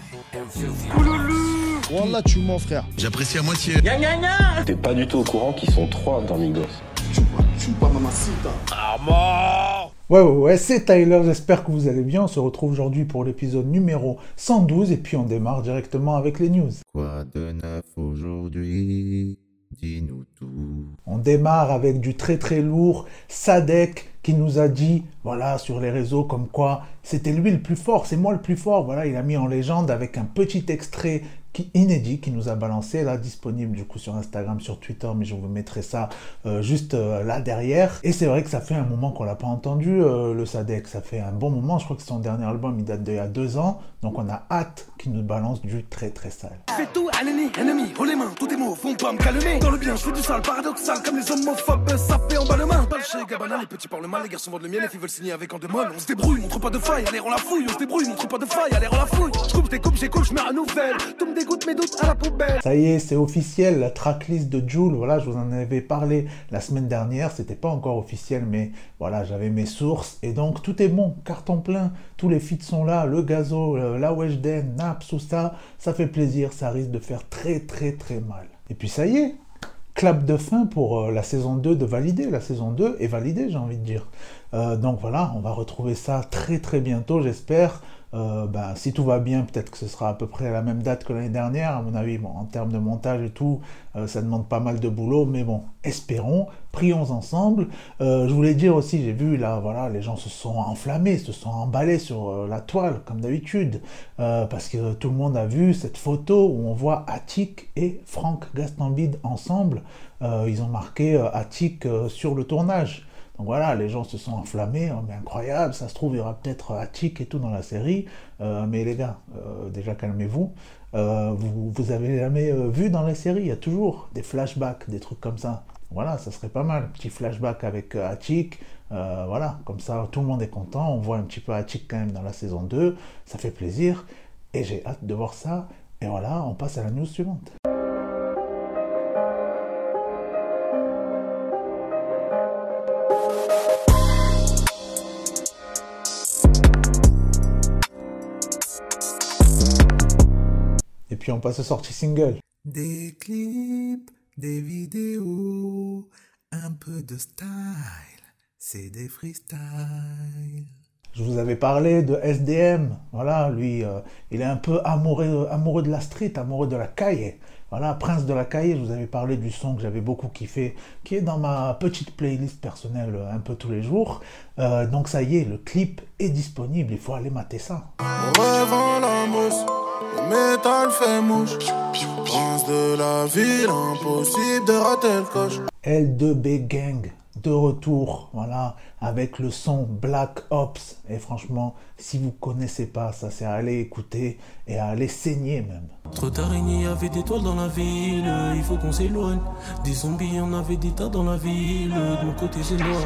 Wallah, tu mens, frère. J'apprécie à moitié. T'es pas du tout au courant qu'ils sont 3 dans Migos. Ouais, c'est Tyler, j'espère que vous allez bien. On se retrouve aujourd'hui pour l'épisode numéro 112 et puis on démarre directement avec les news. Quoi de neuf aujourd'hui? Dis-nous tout. On démarre avec du très très lourd. Sadek qui nous a dit, voilà, sur les réseaux, comme quoi c'était lui le plus fort, c'est moi le plus fort. Voilà, il a mis en légende avec un petit extrait inédit qui nous a balancé, là, disponible du coup sur Instagram, sur Twitter, mais je vous mettrai ça juste là derrière. Et c'est vrai que ça fait un moment qu'on l'a pas entendu, le Sadek, ça fait un bon moment. Je crois que son dernier album, il date d'il y a 2 ans, donc on a hâte qu'il nous balance du très très sale. Je fais tout, ennemi, haut les mains, tous tes mots vont pas me calmer. Dans le bien, je fais du sale, paradoxal, comme les homophobes, sapés en bas de main. Pas chez Gabana, les petits parlent mal, les garçons vendent le miel, les filles veulent signer avec Endemol. On se débrouille, montre pas de faille, allez on la fouille, on se débrouille, montre pas de faille, allez on la fouille. Je coupe, découpe, j'écoute, je mets à nouvelle. Tout me dégoûte, mes doutes à la poubelle. Ça y est, c'est officiel, la tracklist de Jul, voilà, je vous en avais parlé la semaine dernière, c'était pas encore officiel, mais voilà, j'avais mes sources, et donc tout est bon, carton plein, tous les feats sont là, le Gazo, la Weshden, Naps, tout ça, ça fait plaisir, ça risque de faire très très très mal. Et puis ça y est, clap de fin pour la saison 2 de Validé, la saison 2 est validée, j'ai envie de dire. Donc voilà, on va retrouver ça très très bientôt, j'espère. Si tout va bien, peut-être que ce sera à peu près à la même date que l'année dernière. À mon avis, bon, en termes de montage et tout, ça demande pas mal de boulot, mais bon, espérons, prions ensemble. Je voulais dire aussi, j'ai vu là, voilà, les gens se sont enflammés, se sont emballés sur la toile, comme d'habitude, parce que tout le monde a vu cette photo où on voit Attic et Franck Gastambide ensemble. Ils ont marqué Attic sur le tournage. Donc voilà, les gens se sont enflammés, oh, mais incroyable, ça se trouve, il y aura peut-être Attic et tout dans la série, mais les gars, déjà calmez-vous, vous avez jamais vu dans la série, il y a toujours des flashbacks, des trucs comme ça. Voilà, ça serait pas mal, petit flashback avec Attic, voilà, comme ça tout le monde est content, on voit un petit peu Attic quand même dans la saison 2, ça fait plaisir, et j'ai hâte de voir ça, et voilà, on passe à la news suivante. Et puis on passe aux sorties single. Des clips, des vidéos, un peu de style, c'est des freestyles. Je vous avais parlé de SDM, voilà, lui, il est un peu amoureux de la street, amoureux de la caille. Voilà, Prince de la caille, je vous avais parlé du son que j'avais beaucoup kiffé, qui est dans ma petite playlist personnelle un peu tous les jours. Donc ça y est, le clip est disponible, il faut aller mater ça. Revends la mousse, le métal fait mouche. Prince de la ville, impossible de rater le coche. L2B Gang, de retour, voilà, avec le son Black Ops. Et franchement, si vous connaissez pas, ça c'est à aller écouter et à aller saigner même. Trop tard, il y avait des toiles dans la ville, il faut qu'on s'éloigne. Des zombies, il y en avait des tas dans la ville, de mon côté c'est noir.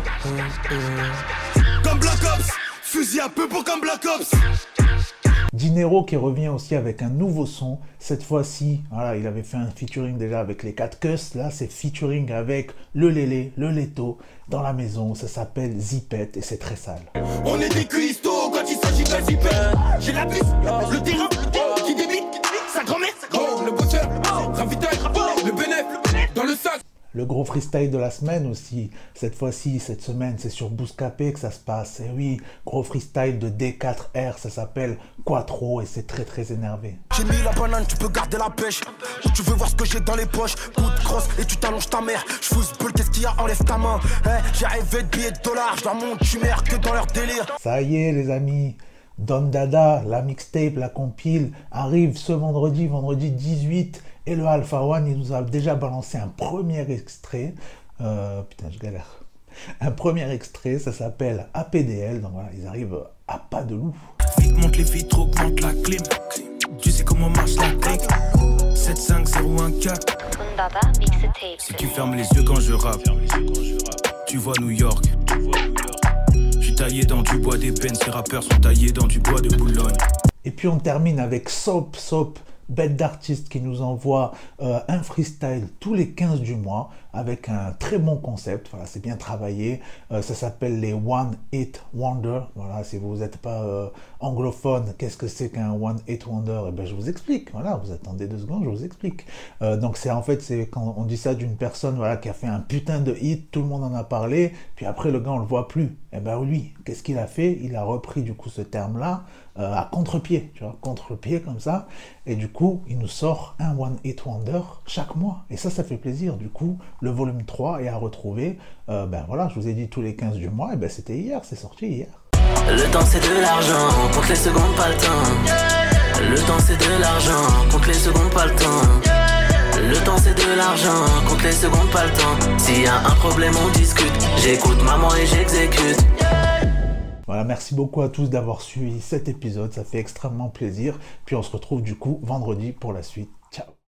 Comme Black Ops, fusil à peu pour comme Black Ops. Dinero qui revient aussi avec un nouveau son, cette fois-ci, voilà, il avait fait un featuring déjà avec les 4 Cuss, là c'est featuring avec le Lélé, le Leto, dans la maison, ça s'appelle Zipette et c'est très sale. On est des cuistots quand il s'agit de la zipette. J'ai la piste, le terrain qui débite, sa grand-mère, le bosseur, ravitaille, le bénéf, dans le sac. Le gros freestyle de la semaine aussi, cette fois-ci, cette semaine, c'est sur Bouscapé que ça se passe. Et oui, gros freestyle de D4R, ça s'appelle Quattro et c'est très très énervé. J'ai mis la banane, tu peux garder la pêche. Ou tu veux voir ce que j'ai dans les poches. Coup de crosse et tu t'allonges ta mère. Je fous bulle, qu'est-ce qu'il y a, enlève ta main. J'ai rêvé de billets de dollars, je leur montre, tu mères que dans leur délire. Ça y est les amis, Don Dada, la mixtape, la compile, arrive ce vendredi 18. Et le Alpha One, il nous a déjà balancé un premier extrait. Putain, je galère. Un premier extrait, ça s'appelle APDL. Donc voilà, ils arrivent à pas de loup. Vite monte les vitres, augmente la clim. Tu sais comment marche la clique. 75014. Si tu fermes les yeux quand je rappe, tu vois New York. Je suis taillé dans du bois d'ébène, ces rappeurs sont taillés dans du bois de Boulogne. Et puis on termine avec Soap, bête d'artiste qui nous envoie un freestyle tous les 15 du mois. avec un très bon concept. Voilà, c'est bien travaillé. Ça s'appelle les One Hit Wonder. Voilà, si vous n'êtes pas anglophone, qu'est-ce que c'est qu'un One Hit Wonder? Eh ben, je vous explique. Voilà, vous attendez 2 secondes, je vous explique. Donc c'est quand on dit ça d'une personne, voilà, qui a fait un putain de hit, tout le monde en a parlé, puis après le gars on le voit plus. Eh ben lui, qu'est-ce qu'il a fait? Il a repris du coup ce terme-là à contre-pied, tu vois, contre-pied comme ça, et du coup il nous sort un One Hit Wonder chaque mois, et ça fait plaisir. Du coup le volume 3 est à retrouver, ben voilà, je vous ai dit tous les 15 du mois, et ben c'était hier, c'est sorti hier. Le temps c'est de l'argent, compte les secondes, pas le temps. Le temps c'est de l'argent, compte les secondes, pas le temps. Le temps c'est de l'argent, compte les secondes, pas le temps. S'il y a un problème on discute, j'écoute maman et j'exécute. Voilà, merci beaucoup à tous d'avoir suivi cet épisode, ça fait extrêmement plaisir. Puis on se retrouve du coup vendredi pour la suite. Ciao.